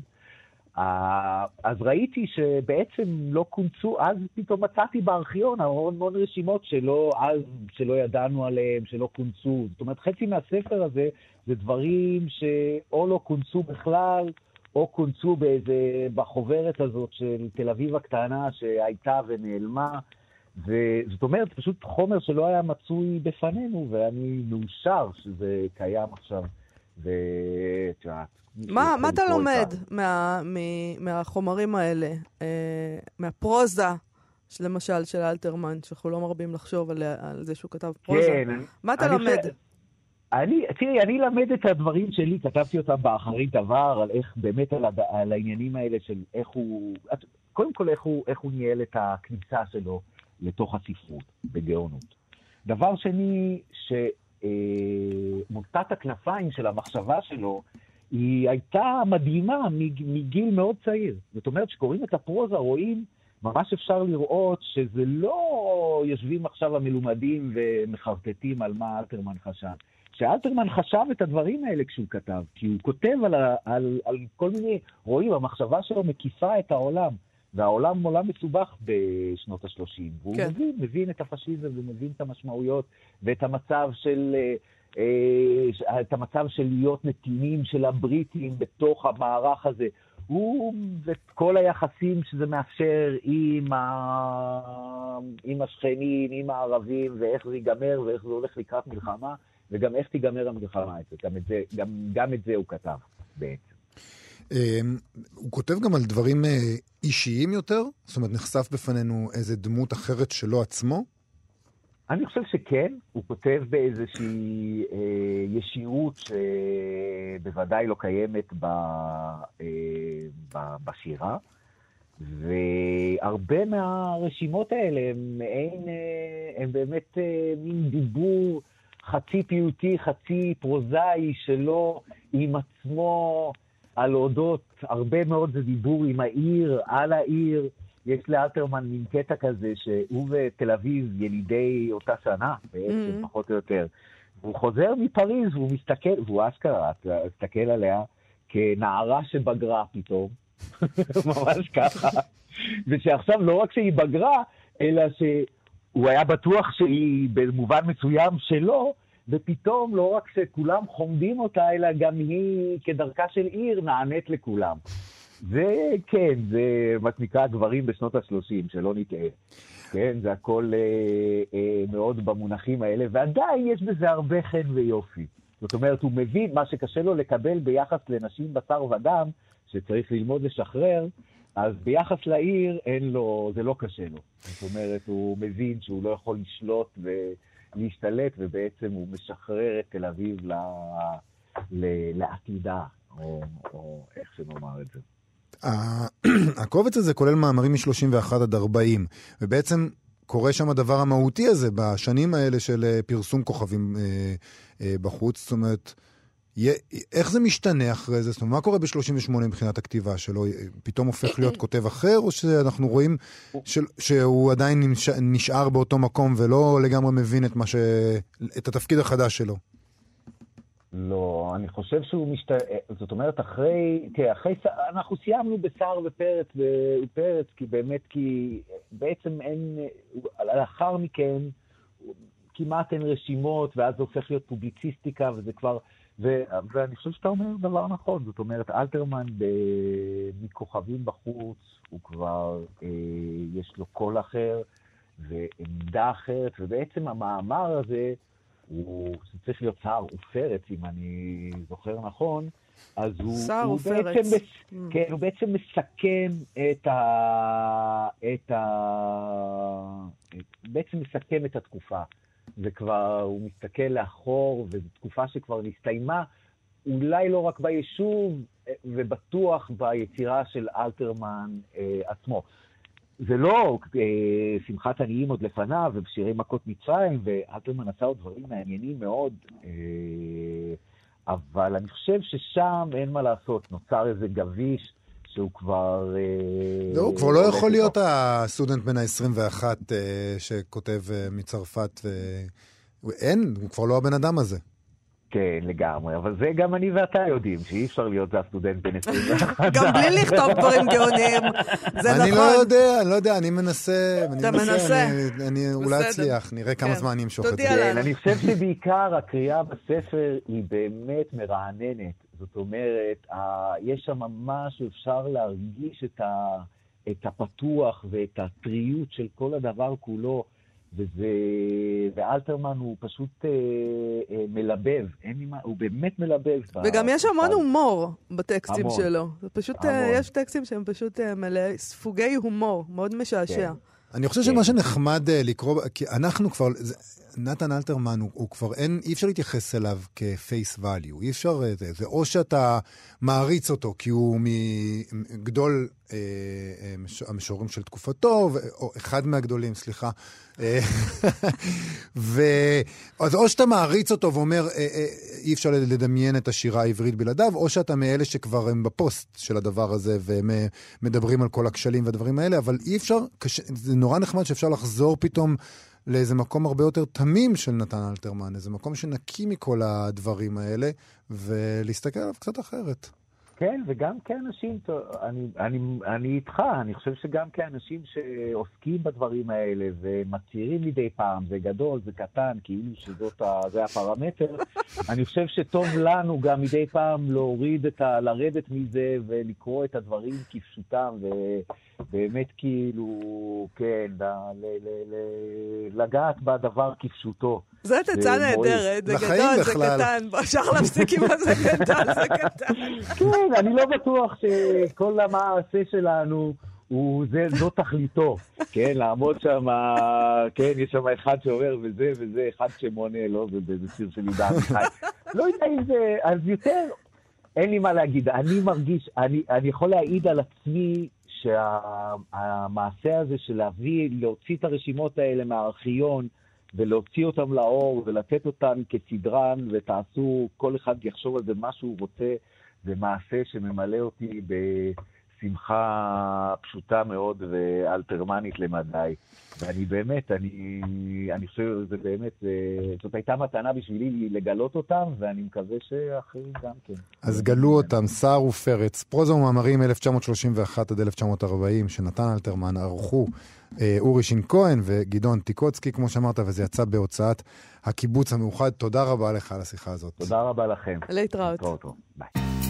אז ראיתי שבעצם לא קונצו, אז פתאום מצאתי בארכיון המון המון רשימות שלא, אז, שלא ידענו עליהם, שלא קונצו. זאת אומרת, חצי מהספר הזה זה דברים שאו לא קונצו בכלל, או קונצו באיזה, בחוברת הזאת של תל אביב הקטנה שהייתה ונעלמה, וזאת אומרת, פשוט חומר שלא היה מצוי בפנינו, ואני מאושר שזה קיים עכשיו, ותראה... מה, מה אתה לומד מה, מ, מהחומרים האלה, אה, מהפרוזה, למשל, של אלתרמן, שאנחנו לא מרבים לחשוב על, על זה שהוא כתב פרוזה? כן, מה אתה לומד? ש... אני, תראי, אני למד את הדברים שלי, כתבתי אותם באחרית דבר, על איך, באמת על, הד... על העניינים האלה של איך הוא, קודם כל איך הוא, איך הוא ניהל את הכניסה שלו לתוך הספרות, בגאונות. דבר שני, שמוטת הכנפיים של המחשבה שלו, היא הייתה מדהימה מגיל מאוד צעיר. זאת אומרת, שקוראים את הפרוזה, רואים, ממש אפשר לראות שזה לא יושבים עכשיו המלומדים ומחרטטים על מה אלתרמן חשב. שאלתרמן חשב את הדברים האלה כשהוא כתב, כי הוא כותב על, על, על כל מיני, רואים, המחשבה שלו מקיפה את העולם, והעולם עולם מסובך בשנות ה-שלושים, והוא כן. מבין, מבין את הפשיזם ומבין את המשמעויות, ואת המצב של, אה, את המצב של להיות נתינים של הבריטים בתוך המערך הזה, הוא ואת כל היחסים שזה מאפשר עם, ה... עם השכנים, עם הערבים, ואיך זה ייגמר, ואיך זה הולך לקראת מלחמה, וגם איך תיגמר המלחמה. גם את זה, גם, גם את זה הוא כתב בעצם. הוא כותב גם על דברים אישיים יותר? זאת אומרת, נחשף בפנינו איזה דמות אחרת שלו עצמו? אני חושב שכן. הוא כותב באיזושהי אה, ישירות שבוודאי לא קיימת ב, אה, ב, בשירה, והרבה מהרשימות האלה הם, אין, הם באמת אה, מין דיבור חצי פיוטי, חצי פרוזאי שלו עם עצמו על אודות, הרבה מאוד זה דיבור עם העיר, על העיר. יש לאלתרמן מין קטע כזה שהוא ותל אביב ילידי אותה שנה, בעצם, mm-hmm. פחות או יותר. והוא חוזר מפריז והוא מסתכל, והוא אשכרה, מסתכל עליה כנערה שבגרה פתאום, ממש ככה. ושעכשיו לא רק שהיא בגרה, אלא ש... הוא היה בטוח שהיא במובן מסוים שלו, ופתאום לא רק שכולם חומדים אותה, אלא גם היא כדרכה של עיר נענית לכולם. זה כן, זה מה שנקרא גברים בשנות ה-שלושים, שלא נטעה. כן, זה הכל אה, אה, מאוד במונחים האלה, ועדיין יש בזה הרבה חן ויופי. זאת אומרת, הוא מבין מה שקשה לו לקבל ביחס לנשים בשר ודם, שצריך ללמוד לשחרר, אז ביחס לעיר אין לו, זה לא קשה לו. זאת אומרת, הוא מבין שהוא לא יכול לשלוט ולהשתלט, ובעצם הוא משחרר את תל אביב ל, ל, לעתידה, או, או איך שנאמר את זה. הקובץ הזה כולל מאמרים מ-שלושים ואחת עד ארבעים, ובעצם קורה שם הדבר המהותי הזה בשנים האלה של פרסום כוכבים אה, אה, בחוץ. זאת אומרת, איך זה משתנה אחרי זה? זאת אומרת, מה קורה ב-שלושים ושמונה מבחינת הכתיבה שלו? פתאום הופך להיות כותב אחר, או שאנחנו רואים של, שהוא עדיין נשאר באותו מקום ולא לגמרי מבין את, מה ש... את התפקיד החדש שלו? לא, אני חושב שהוא משת... זאת אומרת, אחרי, כן, אחרי, אנחנו סיימנו בסער ופרץ, ופרץ, כי באמת, כי בעצם אין, לאחר מכן, כמעט אין רשימות, ואז זה הופך להיות פובליציסטיקה, וזה כבר, ו... ואני חושב שאתה אומר דבר נכון, זאת אומרת, אלתרמן ב... מכוכבים בחוץ, הוא כבר, אה, יש לו קול אחר, ועמדה אחרת, ובעצם המאמר הזה, הוא צריך להיות סער ופרץ, אם אני זוכר נכון, אז הוא, הוא, בעצם, מס, mm. כן, הוא בעצם מסכם את ה... את ה... בעצם מסכם את התקופה. וכבר הוא מסתכל לאחור, וזו תקופה שכבר נסתיימה, אולי לא רק ביישוב, ובטוח ביצירה של אלתרמן אה, עצמו. זה לא אה, שמחת עניים עוד לפניו, ובשירי מכות מצרים, ואלתרמן עשה עוד דברים מעניינים מאוד, אה, אבל אני חושב ששם אין מה לעשות, נוצר איזה גביש, שהוא כבר... אה, לא, הוא כבר לא יכול להיות הסטודנט בן ה-עשרים ואחת אה, שכותב אה, מצרפת, ו... אין, הוא כבר לא הבן אדם הזה. כן, לגמרי, אבל זה גם אני ואתה יודעים, שאי אפשר להיות זה הסטודנט בן עשרים ואחת. גם בלי לכתוב דברים גאוניים, זה נכון. אני לא יודע, אני לא יודע, אני מנסה, אתה מנסה. אני אולי אצליח, נראה כמה זמן אני אמשוך את זה. כן, אני חושב שבעיקר הקריאה בספר היא באמת מרעננת, זאת אומרת, יש שם ממש אפשר להרגיש את הפתוח ואת הטריות של כל הדבר כולו, וזה, ואלתרמן הוא פשוט אה, אה, מלבב, אין לי מה, הוא באמת מלבב. וגם יש המון הומור בטקסטים המון. שלו. זה פשוט, אה, יש טקסטים שהם פשוט אה, מלא, ספוגי הומור, מאוד משעשע. כן. אני חושב שמה שנחמד לקרוא, כי אנחנו כבר, נתן אלתרמן הוא, הוא כבר אין, אי אפשר להתייחס אליו כפייס ואליו, אי אפשר, זה, זה או שאתה מעריץ אותו, כי הוא מגדול אה, אה, המשוררים של תקופתו, או אחד מהגדולים, סליחה, ו... אז או שאתה מעריץ אותו ואומר, אה, אה, אי אפשר לדמיין את השירה העברית בלעדיו, או שאתה מאלה שכבר הם בפוסט של הדבר הזה, והם מדברים על כל הכשלים והדברים האלה, אבל אי אפשר, קש... זה נורא נחמד שאפשר לחזור פתאום לאיזה מקום הרבה יותר תמים של נתן אלתרמן, איזה מקום שנקי מכל הדברים האלה, ולהסתכל עליו קצת אחרת. כן, וגם כאנשים, אני, אני, אני איתך, אני חושב שגם כאנשים שעוסקים בדברים האלה, ומצהירים מדי פעם, זה גדול, זה קטן, כאילו שזאת ה, זה הפרמטר, אני חושב שטוב לנו גם מדי פעם להוריד את ה, לרדת מזה, ולקרוא את הדברים כפשוטם, ובאמת כאילו, כן, ל, ל, ל, ל, לגעת בדבר כפשוטו. זה תצא נהדרת, זה גדול, זה קטן, אפשר להפסיק עם זה גדול, זה קטן. כן, אני לא בטוח שכל המעשה שלנו הוא זה, זו תכליתו, כן, לעמוד שם, כן, יש שם אחד שאומר וזה וזה, אחד שמונה, לא, זה שיר של יהודה עמיחי. לא יודע אם זה, אז יותר, אין לי מה להגיד, אני מרגיש, אני, אני יכול להעיד על עצמי שהמעשה הזה של להביא, להוציא את הרשימות האלה מהארכיון, ולהוציא אותם לאור, ולתת אותם כסדרן, ותעשו, כל אחד יחשוב על זה מה שהוא רוצה, זה מעשה שממלא אותי שמחה פשוטה מאוד ואלתרמנית למדי. ואני באמת, אני, אני חושב, זה באמת, זאת הייתה מתנה בשבילי לגלות אותם, ואני מקווה שאחרים גם כן. אז גלו אותם, סער ופרץ, פרוזה ומאמרים אלף תשע מאות שלושים ואחת עד אלף תשע מאות ארבעים, שנתן אלתרמן, ערכו אורי שין כהן וגדעון טיקוצקי, כמו שאמרת, וזה יצא בהוצאת הקיבוץ המאוחד. תודה רבה לך על השיחה הזאת. תודה רבה לכם. להתראות. להתראות. ביי.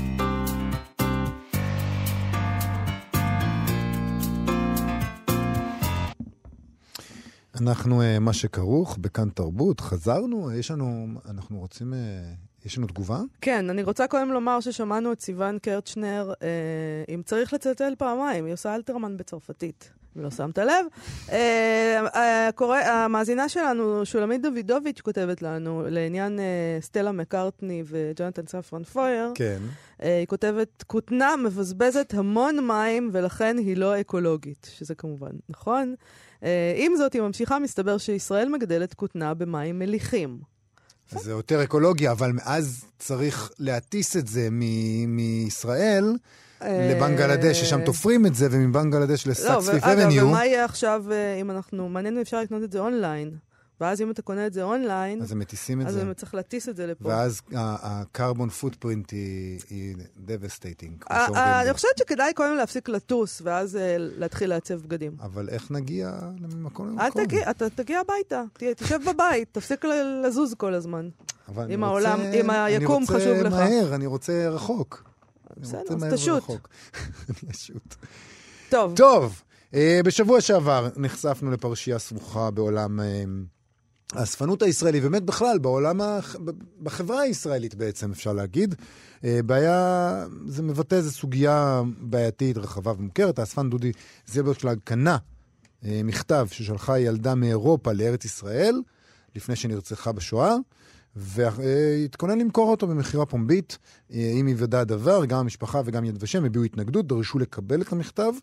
אנחנו, מה שכרוך, בכאן תרבות, חזרנו, יש לנו, אנחנו רוצים, יש לנו תגובה? כן, אני רוצה קודם לומר ששמענו את סיוון קרצ'נר, אה, אם צריך לצלצל פעמיים, היא עושה אלתרמן בצרפתית, ולא שמת לב. אה, אה, קורא, המאזינה שלנו, שולמית דוידוביץ', כותבת לנו, לעניין אה, סטלה מקארטני וג'ונתן ספרן פויר, כן. אה, היא כותבת, כותנה מבזבזת המון מים, ולכן היא לא אקולוגית, שזה כמובן נכון. עם זאת, היא ממשיכה, מסתבר שישראל מגדלת כותנה במים מליחים. זה יותר אקולוגיה, אבל מאז צריך להטיס את זה מישראל לבנגלדש, ששם תופרים את זה, ומבנגלדש לסאקס פיף אבניו. אגב, ומה יהיה עכשיו, אם אנחנו, מעניין אם אפשר לקנות את זה אונליין, ואז אם אתה קונה את זה אונליין, אז הם מטיסים את אז זה. הם צריך להטיס את זה לפה. ואז הקרבון פוטפרינט היא devastating. אני חושבת שכדאי קודם להפסיק לטוס, ואז להתחיל לעצב בגדים. אבל איך נגיע למקום למקום? אל תגיע, אתה תגיע הביתה, תשב בבית, תפסיק לזוז כל הזמן. עם העולם, עם היקום חשוב לך. אני רוצה מהר, אני רוצה רחוק. בסדר, אז תשוט. אני אשוט. טוב. טוב, בשבוע שעבר נחשפנו לפרשייה סבוכה בעולם האספנות הישראלי, באמת בכלל, בעולם, בחברה הישראלית בעצם, אפשר להגיד. בעיה, זה מבטא, זו סוגיה בעייתית, רחבה ומוכרת. האספן דודי זילברשלג קנה מכתב ששלחה ילדה מאירופה לארץ ישראל, לפני שנרצחה בשואה, והתכונן למכור אותו במחירה פומבית. אם יוודע הדבר, גם המשפחה וגם יד ושם הביעו התנגדות, דרשו לקבל את המכתב,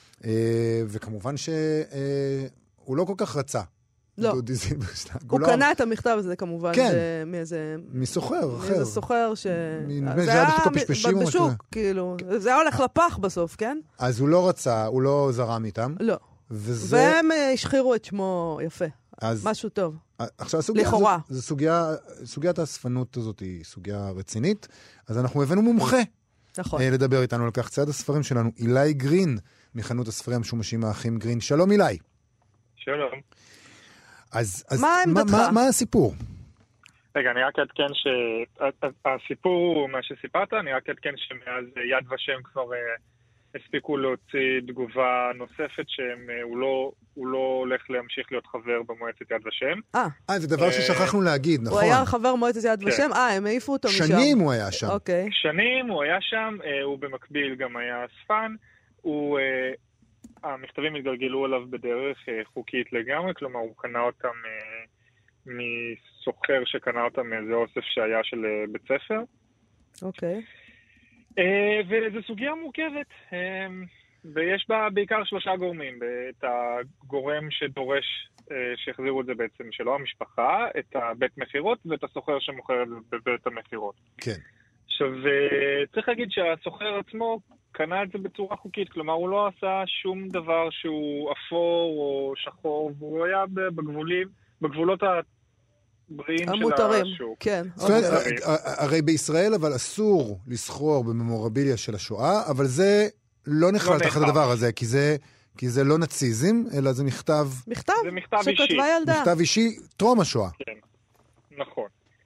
וכמובן שהוא לא כל כך רצה. לא. הוא קנה את המכתב הזה כמובן. כן. מאיזה... מסוחר אחר. מאיזה סוחר ש... זה היה בשוק, כאילו. זה היה הולך לפח בסוף, כן? אז הוא לא רצה, הוא לא זרם איתם. לא. והם השחירו את שמו יפה. משהו טוב. עכשיו, הסוגיה, לכאורה. זו, זו סוגיה, סוגיית האספנות הזאת היא סוגיה רצינית, אז אנחנו הבאנו מומחה. נכון. לדבר איתנו על כך. צייד הספרים שלנו, אילי גרין, מחנות הספרים המשומשים האחים גרין. שלום אילי. שלום. אז, אז מה עמדתך? מה, מה, מה הסיפור? רגע, אני רק אתקן שהסיפור הוא מה שסיפרת, אני רק אתקן שמאז יד ושם כבר הספיקו להוציא תגובה נוספת שהוא לא, הוא לא הולך להמשיך להיות חבר במועצת יד ושם. אה, זה דבר ששכחנו להגיד, נכון. הוא היה חבר מועצת יד ושם? אה, הם העיפו אותו משם. שנים הוא היה שם. אוקיי. שנים הוא היה שם, הוא במקביל גם היה אספן, הוא... המכתבים התגלגלו עליו בדרך חוקית לגמרי, כלומר הוא קנה אותם מסוחר שקנה אותם מאיזה אוסף שהיה של בית ספר. אוקיי. וזו סוגיה מורכבת, ויש בה בעיקר שלושה גורמים. את הגורם שדורש שיחזירו את זה בעצם שלו, המשפחה, את הבית מחירות ואת הסוחר שמוכר בבית המחירות. כן. עכשיו, צריך להגיד שהסוחר עצמו קנה את זה בצורה חוקית, כלומר הוא לא עשה שום דבר שהוא אפור או שחור, והוא היה בגבולים, בגבולות הבריאים המותרים, של השוק. כן. הרי בישראל אבל אסור לסחור בממורביליה של השואה, אבל זה לא נכלל תחת הדבר הזה, כי זה... כי זה לא נאציזם, אלא זה מכתב... מכתב, זה מכתב אישי. שכתבה ילדה. מכתב אישי, טרום השואה. כן, נכון.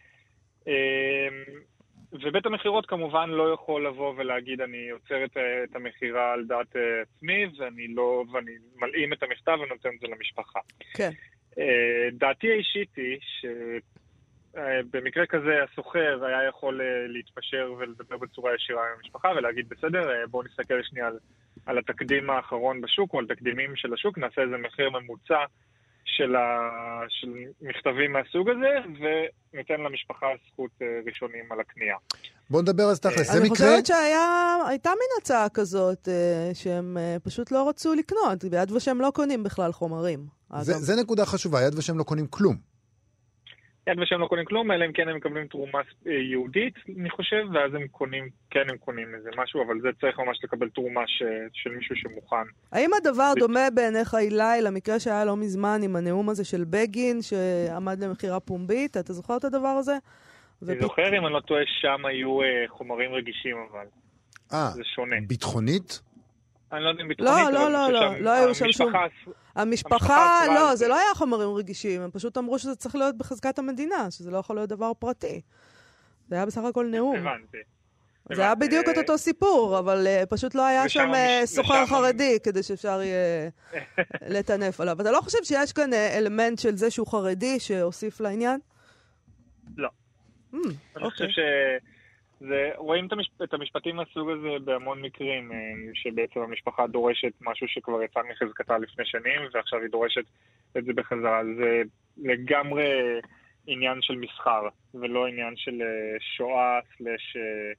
ובית המחירות כמובן לא יכול לבוא ולהגיד אני עוצר את, את המחירה על דעת עצמי, ואני לא, ואני מלאים את המכתב ונותן את זה למשפחה. כן. דעתי האישית היא שבמקרה כזה הסוחר היה יכול להתפשר ולדבר בצורה ישירה עם המשפחה ולהגיד בסדר, בואו נסתכל שנייה על, על התקדים האחרון בשוק או על תקדימים של השוק, נעשה איזה מחיר ממוצע של, ה... של מכתבים מהסוג הזה, וניתן למשפחה זכות ראשונים על הקנייה. בוא נדבר אז תכלס, זה מקרה... מקרה... אני חושבת שהייתה מין הצעה כזאת, שהם פשוט לא רצו לקנות, ביד ושם לא קונים בכלל חומרים. זה, זה נקודה חשובה, יד ושם לא קונים כלום. יד ושם לא קונים כלום, אלא אם כן הם מקבלים תרומה יהודית, אני חושב, ואז הם קונים, כן הם קונים איזה משהו, אבל זה צריך ממש לקבל תרומה ש, של מישהו שמוכן. האם הדבר דומה בעיניך אילי למקרה שהיה לא מזמן עם הנאום הזה של בגין, שעמד למחירה פומבית? אתה זוכר את הדבר הזה? אני זוכר, אם אני לא טועה, שם היו חומרים רגישים, אבל זה שונה. ביטחונית? אני לא יודע אם ביטחונית, לא, לא, לא, לא היו שם שום... המשפחה, לא, זה לא היה חומרים רגישים, הם פשוט אמרו שזה צריך להיות בחזקת המדינה, שזה לא יכול להיות דבר פרטי. זה היה בסך הכל נאום. הבנתי. זה היה בדיוק את אותו סיפור, אבל פשוט לא היה שם סוחר חרדי, כדי שאפשר יהיה לטנף עליו. אתה לא חושב שיש כאן אלמנט של זה שהוא חרדי שהוסיף לעניין? לא. אני חושב ש... זה, רואים את, המשפ... את המשפטים מהסוג הזה בהמון מקרים, שבעצם המשפחה דורשת משהו שכבר יצא מחזקתה לפני שנים, ועכשיו היא דורשת את זה בחזרה. זה לגמרי עניין של מסחר, ולא עניין של שואה סלש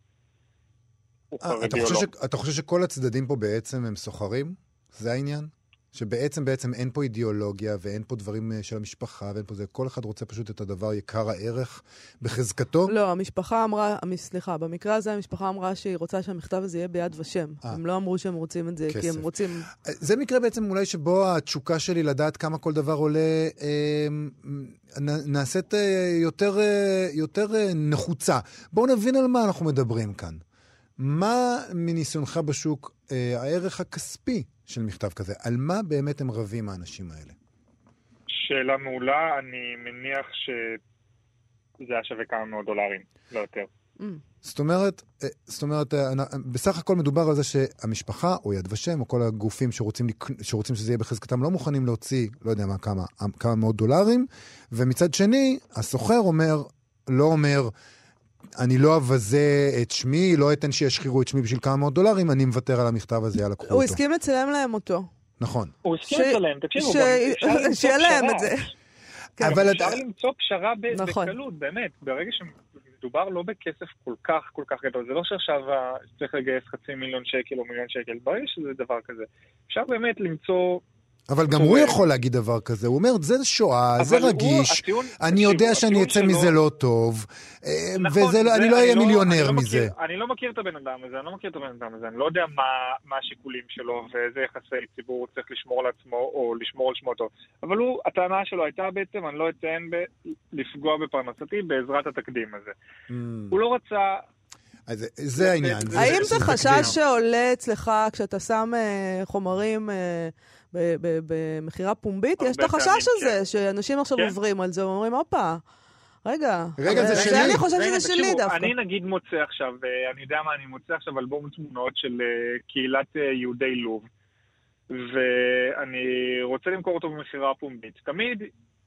הוא חרדי או לא. ש... אתה חושב שכל הצדדים פה בעצם הם סוחרים? זה העניין? שבעצם בעצם אין פה אידיאולוגיה ואין פה דברים של המשפחה ואין פה זה, כל אחד רוצה פשוט את הדבר יקר הערך בחזקתו? לא, המשפחה אמרה, סליחה, במקרה הזה המשפחה אמרה שהיא רוצה שהמכתב הזה יהיה ביד ושם. 아, הם לא אמרו שהם רוצים את זה, כסף. כי הם רוצים... זה מקרה בעצם אולי שבו התשוקה שלי לדעת כמה כל דבר עולה אה, נעשית אה, יותר, אה, יותר אה, נחוצה. בואו נבין על מה אנחנו מדברים כאן. מה מניסיונך בשוק אה, הערך הכספי של מכתב כזה? על מה באמת הם רבים האנשים האלה? שאלה מעולה, אני מניח שזה היה שווה כמה מאות דולרים, לא יותר. Mm. זאת אומרת, זאת אומרת, בסך הכל מדובר על זה שהמשפחה או יד ושם או כל הגופים שרוצים, שרוצים שזה יהיה בחזקתם לא מוכנים להוציא, לא יודע מה, כמה, כמה מאות דולרים, ומצד שני, הסוחר אומר, לא אומר, אני לא אבזה את שמי, לא אתן שישחירו את שמי בשביל כמה מאות דולרים, אני מוותר על המכתב הזה, יאללה, קחו אותו. הוא הסכים לצלם להם אותו. נכון. הוא הסכים לצלם, תקשיבו, שיהיה להם את זה. אבל אפשר למצוא פשרה בקלות, באמת, ברגע שמדובר לא בכסף כל כך, כל כך גדול, זה לא שעכשיו צריך לגייס חצי מיליון שקל או מיליון שקל, ברגע שזה דבר כזה, אפשר באמת למצוא... אבל גם הוא יכול להגיד דבר כזה, הוא אומר, זה שואה, זה רגיש, אני יודע שאני אצא מזה לא טוב, ואני לא אהיה מיליונר מזה. אני לא מכיר את הבן אדם הזה, אני לא מכיר את הבן אדם הזה, אני לא יודע מה השיקולים שלו, ואיזה יחסי ציבור הוא צריך לשמור על עצמו, או לשמור על שמו טוב. אבל הטענה שלו הייתה בעצם, אני לא אתן לפגוע בפרנסתי בעזרת התקדים הזה. הוא לא רצה... אז זה העניין. האם זה חשש שעולה אצלך כשאתה שם חומרים... במחירה פומבית, יש את החשש הזה, שאנשים עכשיו עוברים על זה, ואומרים, הופה, רגע, רגע, זה שלי. אני חושב שזה שלי דווקא. אני נגיד מוצא עכשיו, אני יודע מה אני מוצא עכשיו, אלבום תמונות של קהילת יהודי לוב, ואני רוצה למכור אותו במחירה פומבית. תמיד,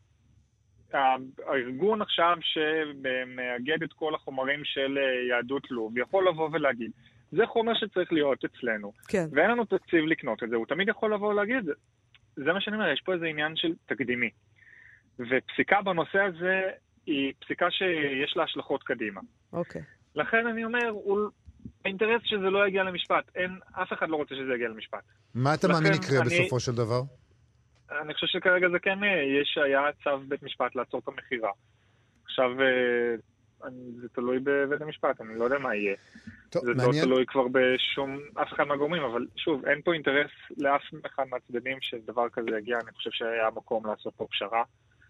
הארגון עכשיו שמאגד את כל החומרים של יהדות לוב, יכול לבוא ולהגיד, זה חומר שצריך להיות אצלנו. כן. ואין לנו תקציב לקנות את זה. הוא תמיד יכול לבוא ולהגיד את זה. זה מה שאני אומר, יש פה איזה עניין של תקדימי. ופסיקה בנושא הזה היא פסיקה שיש לה השלכות קדימה. אוקיי. לכן אני אומר, הוא... האינטרס שזה לא יגיע למשפט. אין, אף אחד לא רוצה שזה יגיע למשפט. מה אתה מאמין יקרה אני... בסופו של דבר? אני חושב שכרגע זה כן, יש, היה צו בית משפט לעצור את המחירה. עכשיו... אני, זה תלוי בבית המשפט, אני לא יודע מה יהיה. טוב, זה מעניין. לא תלוי כבר בשום, אף אחד מהגורמים, אבל שוב, אין פה אינטרס לאף אחד מהצדדים שדבר כזה יגיע, אני חושב שהיה מקום לעשות פה פשרה,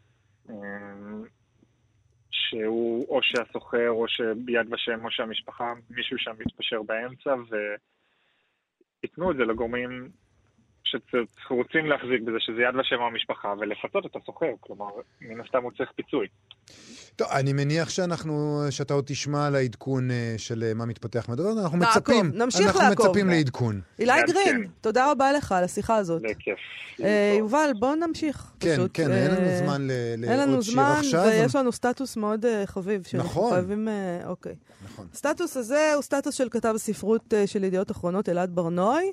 שהוא או שהסוחר, או שביד ושם, או שהמשפחה, מישהו שם מתפשר באמצע, ויתנו את זה לגורמים שרוצים להחזיק בזה, שזה יד ושם המשפחה, ולפצות את הסוחר, כלומר, מן הסתם הוא צריך פיצוי. טוב, אני מניח שאנחנו, שאתה עוד תשמע על העדכון של מה מתפתח מהדבר, אנחנו מצפים, נמשיך אנחנו מצפים לעדכון. אילי גרין, תודה רבה לך על השיחה הזאת. בכיף. יובל, בואו נמשיך. כן, כן, אין לנו זמן לעוד שיר עכשיו. אין לנו זמן, ויש לנו סטטוס מאוד חביב. נכון. חייבים, אוקיי. הסטטוס הזה הוא סטטוס של כתב הספרות של ידיעות אחרונות, אלעד ברנוי,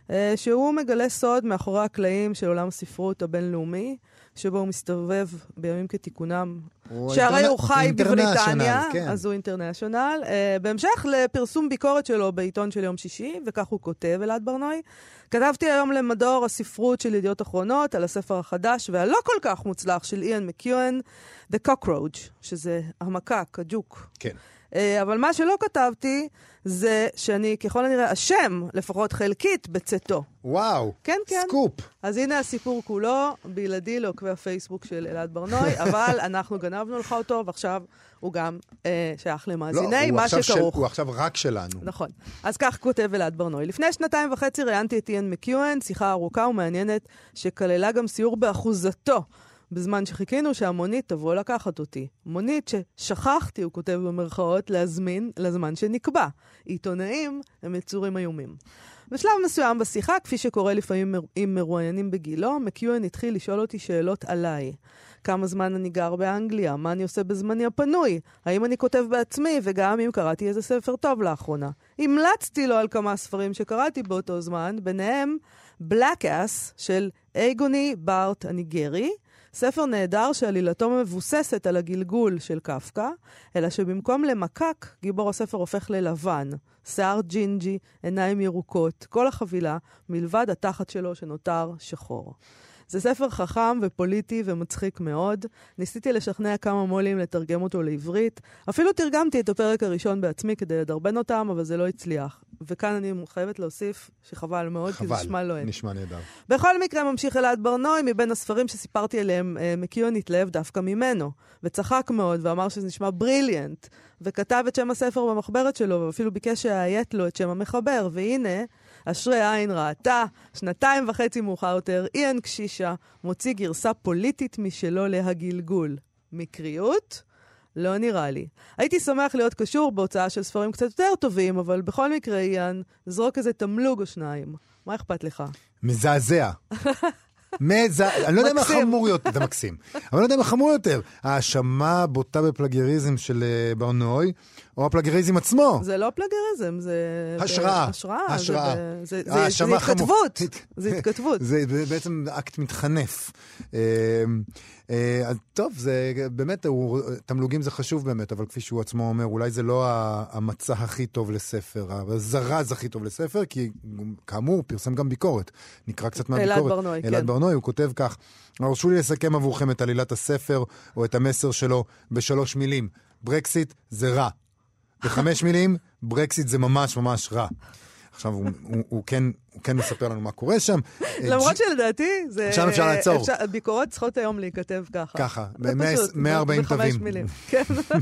שהוא מגלה סוד מאחורי הקלעים של עולם הספרות הבינלאומי, שבו הוא מסתובב בימים כתיקונם, שהרי הוא חי בבריטניה, כן. אז הוא אינטרנשיונל. Uh, בהמשך לפרסום ביקורת שלו בעיתון של יום שישי, וכך הוא כותב, אלעד ברנועי, כתבתי היום למדור הספרות של ידיעות אחרונות על הספר החדש והלא כל כך מוצלח של איאן מקיואן, The Cockroach, שזה המקק, הג'וק. כן. Uh, אבל מה שלא כתבתי זה שאני ככל הנראה אשם, לפחות חלקית, בצאתו. וואו, כן, כן. סקופ. אז הנה הסיפור כולו, בלעדי לעוקבי הפייסבוק של אלעד ברנועי, אבל אנחנו גנבנו לך אותו, ועכשיו הוא גם אה, שייך למאזיני, לא, מה שכרוך. של, הוא עכשיו רק שלנו. נכון. אז כך כותב אלעד ברנועי. לפני שנתיים וחצי ראיינתי את איאן מקיואן, שיחה ארוכה ומעניינת, שכללה גם סיור באחוזתו, בזמן שחיכינו שהמונית תבוא לקחת אותי. מונית ששכחתי, הוא כותב במרכאות, להזמין לזמן שנקבע. עיתונאים הם יצורים איומים. בשלב מסוים בשיחה, כפי שקורה לפעמים עם מרואיינים בגילו, מקיואן התחיל לשאול אותי שאלות עליי. כמה זמן אני גר באנגליה? מה אני עושה בזמני הפנוי? האם אני כותב בעצמי? וגם אם קראתי איזה ספר טוב לאחרונה. המלצתי לו על כמה ספרים שקראתי באותו זמן, ביניהם Black Ass של אייגוני בארט הניגרי, ספר נהדר שעלילתו מבוססת על הגלגול של קפקא, אלא שבמקום למקק, גיבור הספר הופך ללבן. שיער ג'ינג'י, עיניים ירוקות, כל החבילה, מלבד התחת שלו שנותר שחור. זה ספר חכם ופוליטי ומצחיק מאוד. ניסיתי לשכנע כמה מולים לתרגם אותו לעברית. אפילו תרגמתי את הפרק הראשון בעצמי כדי לדרבן אותם, אבל זה לא הצליח. וכאן אני חייבת להוסיף שחבל מאוד, חבל, כי זה נשמע לא אין. נשמע נהדר. בכל מקרה ממשיך אלעד ברנועי, מבין הספרים שסיפרתי עליהם, מקיואן התלהב דווקא ממנו, וצחק מאוד ואמר שזה נשמע בריליאנט, וכתב את שם הספר במחברת שלו, ואפילו ביקש שהאיית לו את שם המחבר, והנה, אשרי עין ראתה, שנתיים וחצי מאוחר יותר, איאן קשישה מוציא גרסה פוליטית משלו להגלגול. מקריות? לא נראה לי. הייתי שמח להיות קשור בהוצאה של ספרים קצת יותר טובים, אבל בכל מקרה, איאן, זרוק איזה תמלוג או שניים. מה אכפת לך? מזעזע. מזע... אני לא יודע מה חמור יותר, זה מקסים, אבל אני לא יודע מה חמור יותר, האשמה בוטה בפלגריזם של ברנועי, או הפלגריזם עצמו. זה לא פלגריזם, זה... השראה. השראה. השראה. זה התכתבות. זה התכתבות. זה בעצם אקט מתחנף. טוב, זה באמת, תמלוגים זה חשוב באמת, אבל כפי שהוא עצמו אומר, אולי זה לא המצע הכי טוב לספר, הזרז הכי טוב לספר, כי כאמור, פרסם גם ביקורת. נקרא קצת מהביקורת. אלעד ברנועי, כן. אלעד ברנועי, הוא כותב כך, הרשו לי לסכם עבורכם את עלילת הספר, או את המסר שלו בשלוש מילים. ברקסיט זה רע. בחמש מילים, ברקסיט זה ממש ממש רע. עכשיו הוא, הוא, הוא, כן, הוא כן מספר לנו מה קורה שם. למרות שלדעתי, זה... שם אפשר לעצור. ביקורות צריכות היום להיכתב ככה. ככה, ב-מאה וארבעים תווים. בחמש מילים, כן.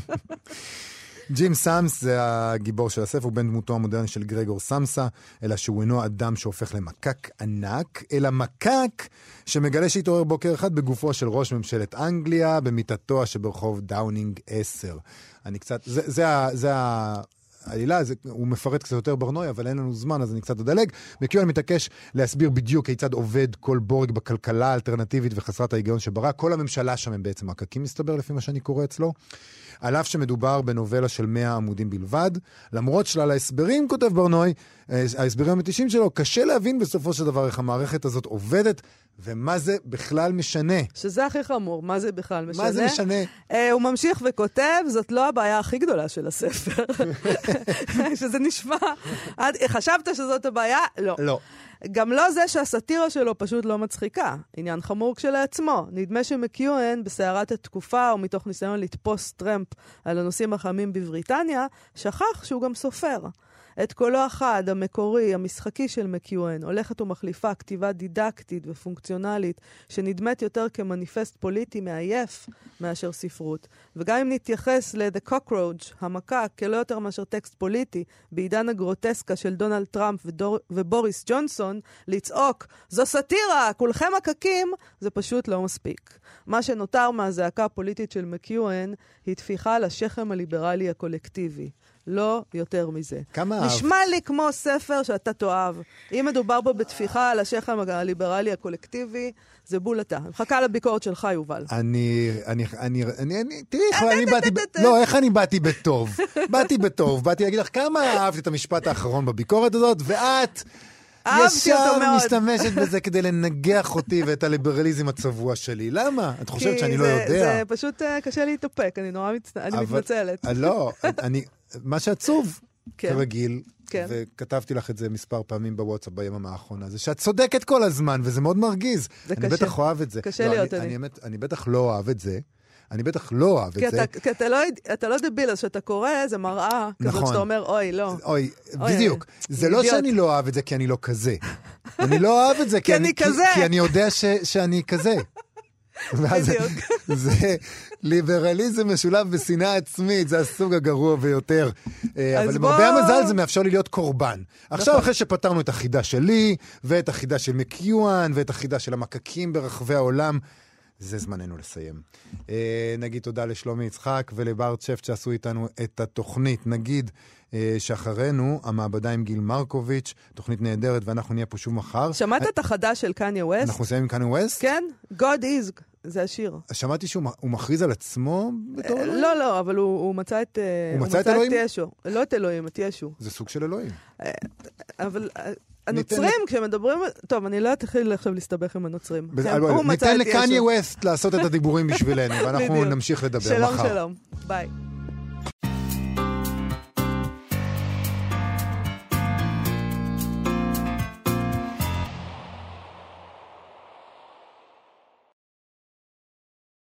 ג'ים סאמס זה הגיבור של הספר, הוא בן דמותו המודרני של גרגור סמסה, אלא שהוא אינו אדם שהופך למקק ענק, אלא מקק שמגלה שהתעורר בוקר אחד בגופו של ראש ממשלת אנגליה, במיטתו שברחוב דאונינג עשר. אני קצת, זה, זה, זה העלילה, זה, הוא מפרט קצת יותר ברנועי, אבל אין לנו זמן, אז אני קצת אדלג. מקיואן מתעקש להסביר בדיוק כיצד עובד כל בורג בכלכלה האלטרנטיבית וחסרת ההיגיון שברא. כל הממשלה שם הם בעצם מקקים, מסתבר לפי מה שאני קורא אצלו. על אף שמדובר בנובלה של מאה עמודים בלבד, למרות שלל ההסברים, כותב ברנועי, ההסברים המתישים שלו, קשה להבין בסופו של דבר איך המערכת הזאת עובדת, ומה זה בכלל משנה. שזה הכי חמור, מה זה בכלל משנה. מה זה משנה? Uh, הוא ממשיך וכותב, זאת לא הבעיה הכי גדולה של הספר. שזה נשמע, חשבת שזאת הבעיה? לא. לא. גם לא זה שהסאטירה שלו פשוט לא מצחיקה. עניין חמור כשלעצמו. נדמה שמקיואן, בסערת התקופה, או מתוך ניסיון לתפוס טרמפ על הנושאים החמים בבריטניה, שכח שהוא גם סופר. את קולו החד, המקורי, המשחקי של מקיואן, הולכת ומחליפה כתיבה דידקטית ופונקציונלית, שנדמת יותר כמניפסט פוליטי מעייף מאשר ספרות. וגם אם נתייחס ל-The Cockroach, המכה, כלא יותר מאשר טקסט פוליטי, בעידן הגרוטסקה של דונלד טראמפ ודור... ובוריס ג'ונסון, לצעוק, זו סאטירה, כולכם מקקים, זה פשוט לא מספיק. מה שנותר מהזעקה הפוליטית של מקיואן, היא תפיחה לשכם הליברלי הקולקטיבי. לא יותר מזה. כמה נשמע לי כמו ספר שאתה תאהב. אם מדובר בו בתפיחה על השכם הליברלי הקולקטיבי, זה בול אתה. מחכה לביקורת שלך, יובל. אני, אני, אני, אני, אני, תראי, אני באתי, לא, איך אני באתי בטוב? באתי בטוב, באתי להגיד לך כמה אהבתי את המשפט האחרון בביקורת הזאת, ואת אהבתי אותו מאוד. ישר משתמשת בזה כדי לנגח אותי ואת הליברליזם הצבוע שלי. למה? את חושבת שאני לא יודע? זה פשוט קשה להתאפק, אני נורא מתנצלת. לא, מה שעצוב, כרגיל, וכתבתי לך את זה מספר פעמים בוואטסאפ ביממה האחרונה, זה שאת צודקת כל הזמן, וזה מאוד מרגיז. אני בטח אוהב את זה. קשה להיות אני. אני בטח לא אוהב את זה. אני בטח לא אוהב את זה. כי אתה לא דביל, אז שאתה קורא, זה מראה, כזאת שאתה אומר, אוי, לא. אוי, בדיוק. זה לא שאני לא אוהב את זה כי אני לא כזה. אני לא אוהב את זה כי אני יודע שאני כזה. בדיוק. זה ליברליזם משולב בשנאה עצמית, זה הסוג הגרוע ביותר. אבל למרבה המזל זה מאפשר לי להיות קורבן. עכשיו אחרי שפתרנו את החידה שלי, ואת החידה של מקיואן, ואת החידה של המקקים ברחבי העולם, זה זמננו לסיים. אה, נגיד תודה לשלומי יצחק ולברט שפט שעשו איתנו את התוכנית. נגיד אה, שאחרינו, המעבדה עם גיל מרקוביץ', תוכנית נהדרת, ואנחנו נהיה פה שוב מחר. שמעת את החדש של קניה ווסט? אנחנו מסיים עם קניה ווסט? כן, God is, זה השיר. שמעתי שהוא מכריז על עצמו בתור אלוהים? לא, לא, אבל הוא, הוא מצא את... הוא מצא את אלוהים? ישו. לא את אלוהים, את ישו. זה סוג של אלוהים. אבל... הנוצרים, כשמדברים... טוב, אני לא אתחיל עכשיו להסתבך עם הנוצרים. ניתן לקניה ווסט לעשות את הדיבורים בשבילנו, ואנחנו נמשיך לדבר מחר. שלום, שלום. ביי.